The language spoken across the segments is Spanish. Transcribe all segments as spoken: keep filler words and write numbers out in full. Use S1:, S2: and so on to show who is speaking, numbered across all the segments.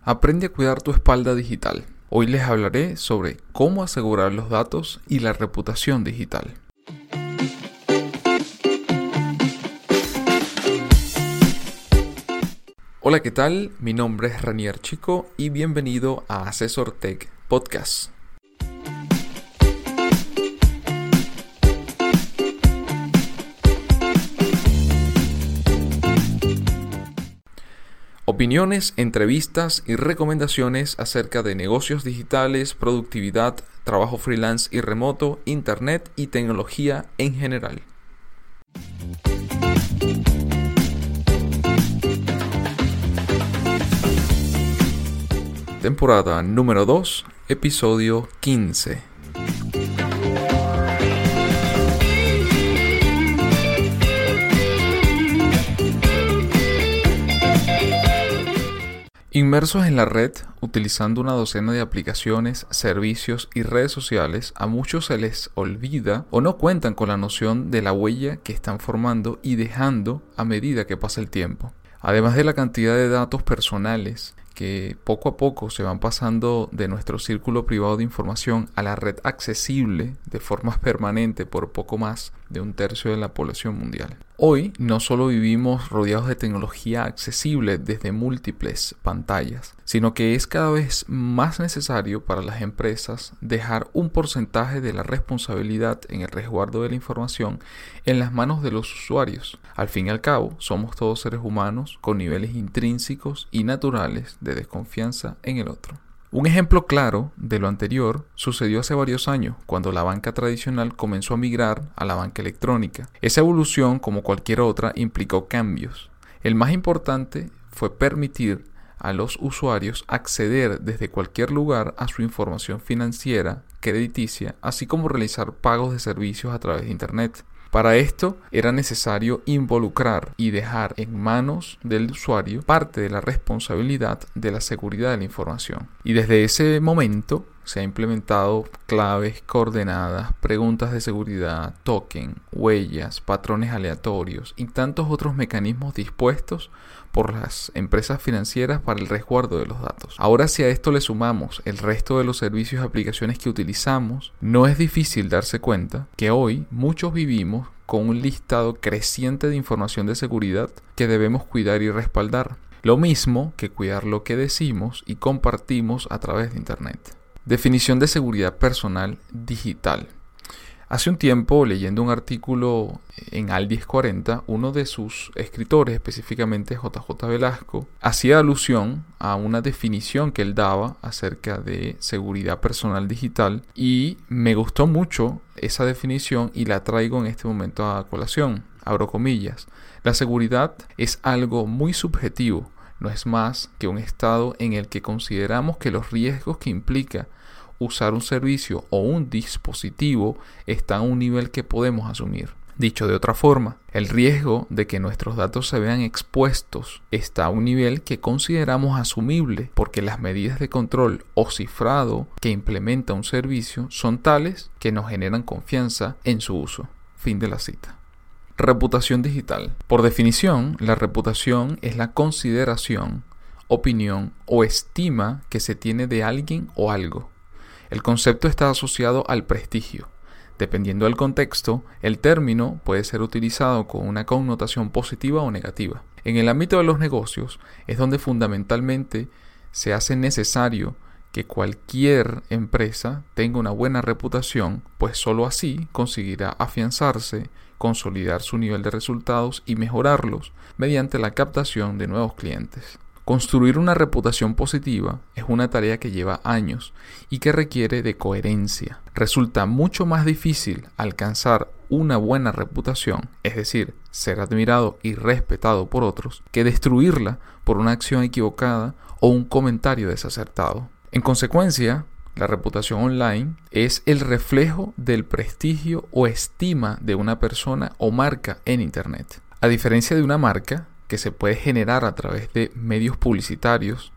S1: Aprende a cuidar tu espalda digital. Hoy les hablaré sobre cómo asegurar los datos y la reputación digital. Hola, ¿qué tal? Mi nombre es Ranier Chico y bienvenido a Asesor Tech Podcast. Opiniones, entrevistas y recomendaciones acerca de negocios digitales, productividad, trabajo freelance y remoto, internet y tecnología en general. Temporada número dos, episodio quince. Inmersos en la red, utilizando una docena de aplicaciones, servicios y redes sociales, a muchos se les olvida o no cuentan con la noción de la huella que están formando y dejando a medida que pasa el tiempo. Además de la cantidad de datos personales que poco a poco se van pasando de nuestro círculo privado de información a la red accesible de forma permanente por poco más de un tercio de la población mundial. Hoy no solo vivimos rodeados de tecnología accesible desde múltiples pantallas, sino que es cada vez más necesario para las empresas dejar un porcentaje de la responsabilidad en el resguardo de la información en las manos de los usuarios. Al fin y al cabo, somos todos seres humanos con niveles intrínsecos y naturales de desconfianza en el otro. Un ejemplo claro de lo anterior sucedió hace varios años, cuando la banca tradicional comenzó a migrar a la banca electrónica. Esa evolución, como cualquier otra, implicó cambios. El más importante fue permitir a los usuarios acceder desde cualquier lugar a su información financiera, crediticia, así como realizar pagos de servicios a través de Internet. Para esto era necesario involucrar y dejar en manos del usuario parte de la responsabilidad de la seguridad de la información. Y desde ese momento se ha implementado claves, coordenadas, preguntas de seguridad, token, huellas, patrones aleatorios y tantos otros mecanismos dispuestos por las empresas financieras para el resguardo de los datos. Ahora, si a esto le sumamos el resto de los servicios y aplicaciones que utilizamos, no es difícil darse cuenta que hoy muchos vivimos con un listado creciente de información de seguridad que debemos cuidar y respaldar. Lo mismo que cuidar lo que decimos y compartimos a través de Internet. Definición de seguridad personal digital. Hace un tiempo, leyendo un artículo en Al diez cuarenta, uno de sus escritores, específicamente J J Velasco, hacía alusión a una definición que él daba acerca de seguridad personal digital y me gustó mucho esa definición y la traigo en este momento a colación. Abro comillas. La seguridad es algo muy subjetivo. No es más que un estado en el que consideramos que los riesgos que implica usar un servicio o un dispositivo están a un nivel que podemos asumir. Dicho de otra forma, el riesgo de que nuestros datos se vean expuestos está a un nivel que consideramos asumible porque las medidas de control o cifrado que implementa un servicio son tales que nos generan confianza en su uso. Fin de la cita. Reputación digital. Por definición, la reputación es la consideración, opinión o estima que se tiene de alguien o algo. El concepto está asociado al prestigio. Dependiendo del contexto, el término puede ser utilizado con una connotación positiva o negativa. En el ámbito de los negocios es donde fundamentalmente se hace necesario que cualquier empresa tenga una buena reputación, pues sólo así conseguirá afianzarse, consolidar su nivel de resultados y mejorarlos mediante la captación de nuevos clientes. Construir una reputación positiva es una tarea que lleva años y que requiere de coherencia. Resulta mucho más difícil alcanzar una buena reputación, es decir, ser admirado y respetado por otros, que destruirla por una acción equivocada o un comentario desacertado. En consecuencia, la reputación online es el reflejo del prestigio o estima de una persona o marca en Internet. A diferencia de una marca, que se puede generar a través de medios publicitarios,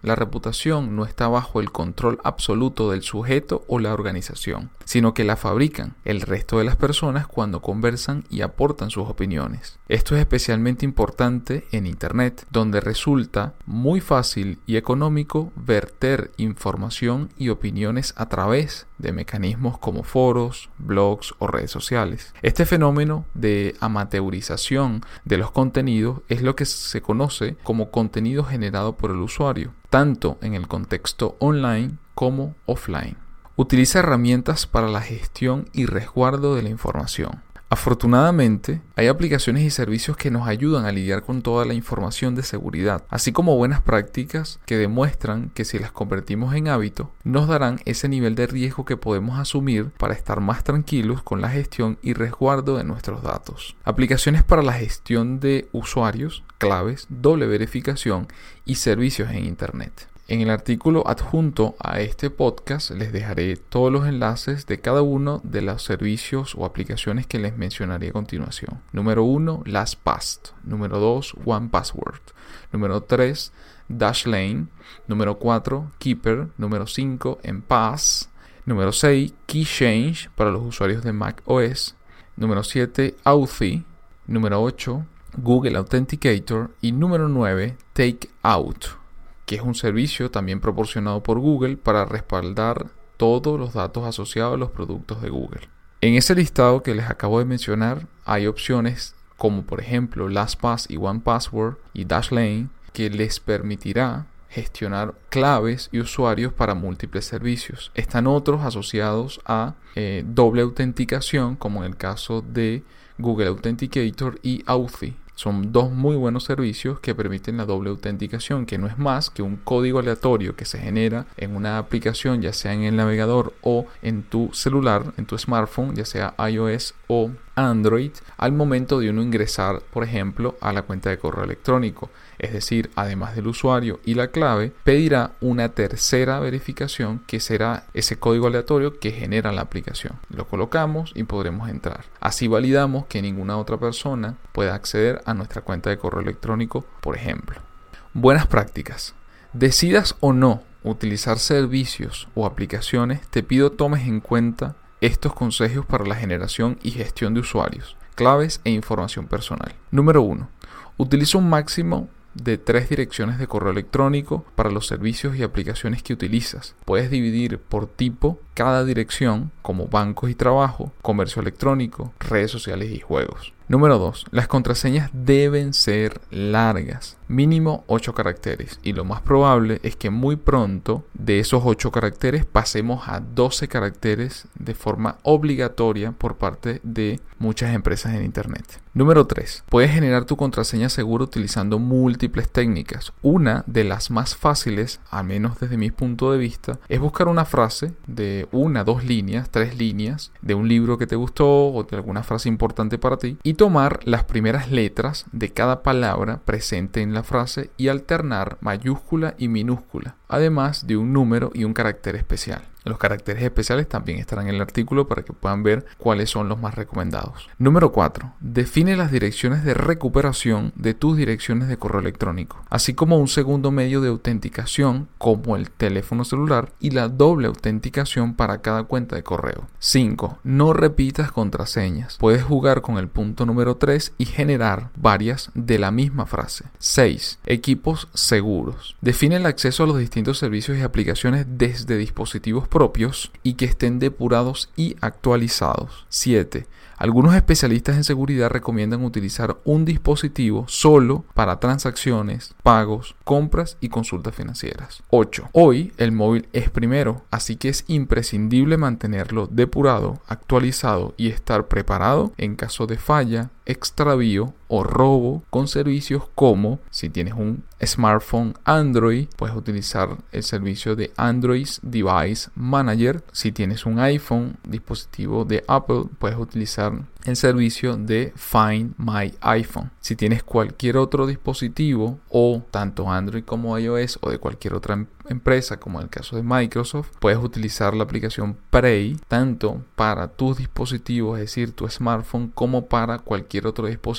S1: la reputación no está bajo el control absoluto del sujeto o la organización, sino que la fabrican el resto de las personas cuando conversan y aportan sus opiniones. Esto es especialmente importante en Internet, donde resulta muy fácil y económico verter información y opiniones a través de mecanismos como foros, blogs o redes sociales. Este fenómeno de amateurización de los contenidos es lo que se conoce como contenido generado por el usuario, tanto en el contexto online como offline. Utiliza herramientas para la gestión y resguardo de la información. Afortunadamente, hay aplicaciones y servicios que nos ayudan a lidiar con toda la información de seguridad, así como buenas prácticas que demuestran que si las convertimos en hábito, nos darán ese nivel de riesgo que podemos asumir para estar más tranquilos con la gestión y resguardo de nuestros datos. Aplicaciones para la gestión de usuarios, claves, doble verificación y servicios en Internet. En el artículo adjunto a este podcast les dejaré todos los enlaces de cada uno de los servicios o aplicaciones que les mencionaré a continuación. Número uno, LastPass. Número dos, one password. Número tres, Dashlane. Número cuatro, Keeper. Número cinco, Enpass. Número seis, KeyChange para los usuarios de macOS. Número siete, Authy. Número ocho, Google Authenticator. Y número nueve, Takeout, que es un servicio también proporcionado por Google para respaldar todos los datos asociados a los productos de Google. En ese listado que les acabo de mencionar hay opciones como por ejemplo LastPass y one password y Dashlane que les permitirá gestionar claves y usuarios para múltiples servicios. Están otros asociados a eh, doble autenticación como en el caso de Google Authenticator y Authy. Son dos muy buenos servicios que permiten la doble autenticación, que no es más que un código aleatorio que se genera en una aplicación, ya sea en el navegador o en tu celular, en tu smartphone, ya sea iOS o Android, al momento de uno ingresar, por ejemplo, a la cuenta de correo electrónico. Es decir, además del usuario y la clave, pedirá una tercera verificación que será ese código aleatorio que genera la aplicación. Lo colocamos y podremos entrar. Así validamos que ninguna otra persona pueda acceder a nuestra cuenta de correo electrónico, por ejemplo. Buenas prácticas. Decidas o no utilizar servicios o aplicaciones, te pido tomes en cuenta estos consejos para la generación y gestión de usuarios, claves e información personal. Número uno. Utiliza un máximo de tres direcciones de correo electrónico para los servicios y aplicaciones que utilizas. Puedes dividir por tipo cada dirección como bancos y trabajo, comercio electrónico, redes sociales y juegos. Número dos. Las contraseñas deben ser largas, mínimo ocho caracteres, y lo más probable es que muy pronto de esos ocho caracteres pasemos a doce caracteres de forma obligatoria por parte de muchas empresas en Internet. Número tres. Puedes generar tu contraseña segura utilizando múltiples técnicas. Una de las más fáciles, al menos desde mi punto de vista, es buscar una frase de una, dos líneas, tres líneas de un libro que te gustó o de alguna frase importante para ti y tomar las primeras letras de cada palabra presente en la frase y alternar mayúscula y minúscula, además de un número y un carácter especial. Los caracteres especiales también estarán en el artículo para que puedan ver cuáles son los más recomendados. Número cuatro. Define las direcciones de recuperación de tus direcciones de correo electrónico, así como un segundo medio de autenticación como el teléfono celular y la doble autenticación para cada cuenta de correo. cinco. No repitas contraseñas. Puedes jugar con el punto número tres y generar varias de la misma frase. seis. Equipos seguros. Define el acceso a los distintos servicios y aplicaciones desde dispositivos propios y que estén depurados y actualizados. siete. Algunos especialistas en seguridad recomiendan utilizar un dispositivo solo para transacciones, pagos, compras y consultas financieras. ocho. Hoy el móvil es primero, así que es imprescindible mantenerlo depurado, actualizado y estar preparado en caso de falla, extravío o robo con servicios como, si tienes un smartphone Android, puedes utilizar el servicio de Android Device Manager. Si tienes un iPhone, dispositivo de Apple, puedes utilizar el servicio de Find My iPhone. Si tienes cualquier otro dispositivo o tanto Android como iOS o de cualquier otra em- empresa como en el caso de Microsoft, puedes utilizar la aplicación Prey tanto para tus dispositivos, es decir, tu smartphone, como para cualquier otro dispositivo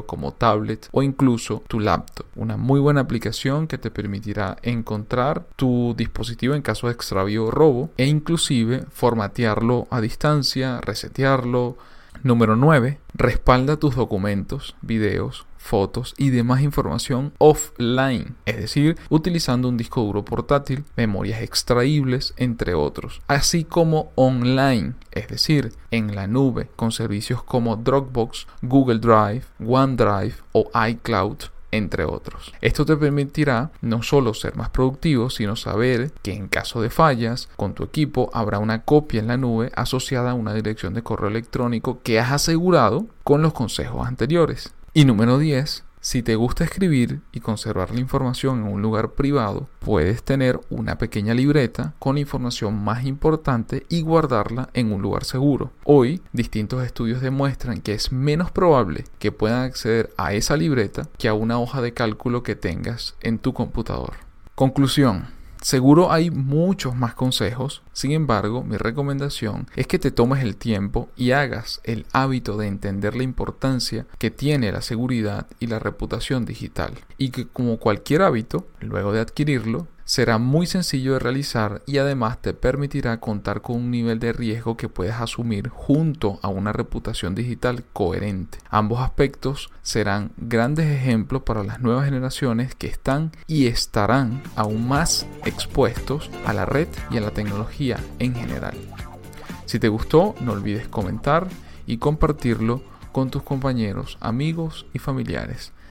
S1: como tablet o incluso tu laptop. Una muy buena aplicación que te permitirá encontrar tu dispositivo en caso de extravío o robo e inclusive formatearlo a distancia, resetearlo. Número nueve. Respalda tus documentos, videos, fotos y demás información offline, es decir, utilizando un disco duro portátil, memorias extraíbles, entre otros, así como online, es decir, en la nube, con servicios como Dropbox, Google Drive, OneDrive o iCloud, entre otros. Esto te permitirá no solo ser más productivo, sino saber que en caso de fallas con tu equipo habrá una copia en la nube asociada a una dirección de correo electrónico que has asegurado con los consejos anteriores. Y número diez. Si te gusta escribir y conservar la información en un lugar privado, puedes tener una pequeña libreta con la información más importante y guardarla en un lugar seguro. Hoy, distintos estudios demuestran que es menos probable que puedan acceder a esa libreta que a una hoja de cálculo que tengas en tu computador. Conclusión. Seguro hay muchos más consejos, sin embargo, mi recomendación es que te tomes el tiempo y hagas el hábito de entender la importancia que tiene la seguridad y la reputación digital, y que como cualquier hábito, luego de adquirirlo, será muy sencillo de realizar y además te permitirá contar con un nivel de riesgo que puedes asumir junto a una reputación digital coherente. Ambos aspectos serán grandes ejemplos para las nuevas generaciones que están y estarán aún más expuestos a la red y a la tecnología en general. Si te gustó, no olvides comentar y compartirlo con tus compañeros, amigos y familiares.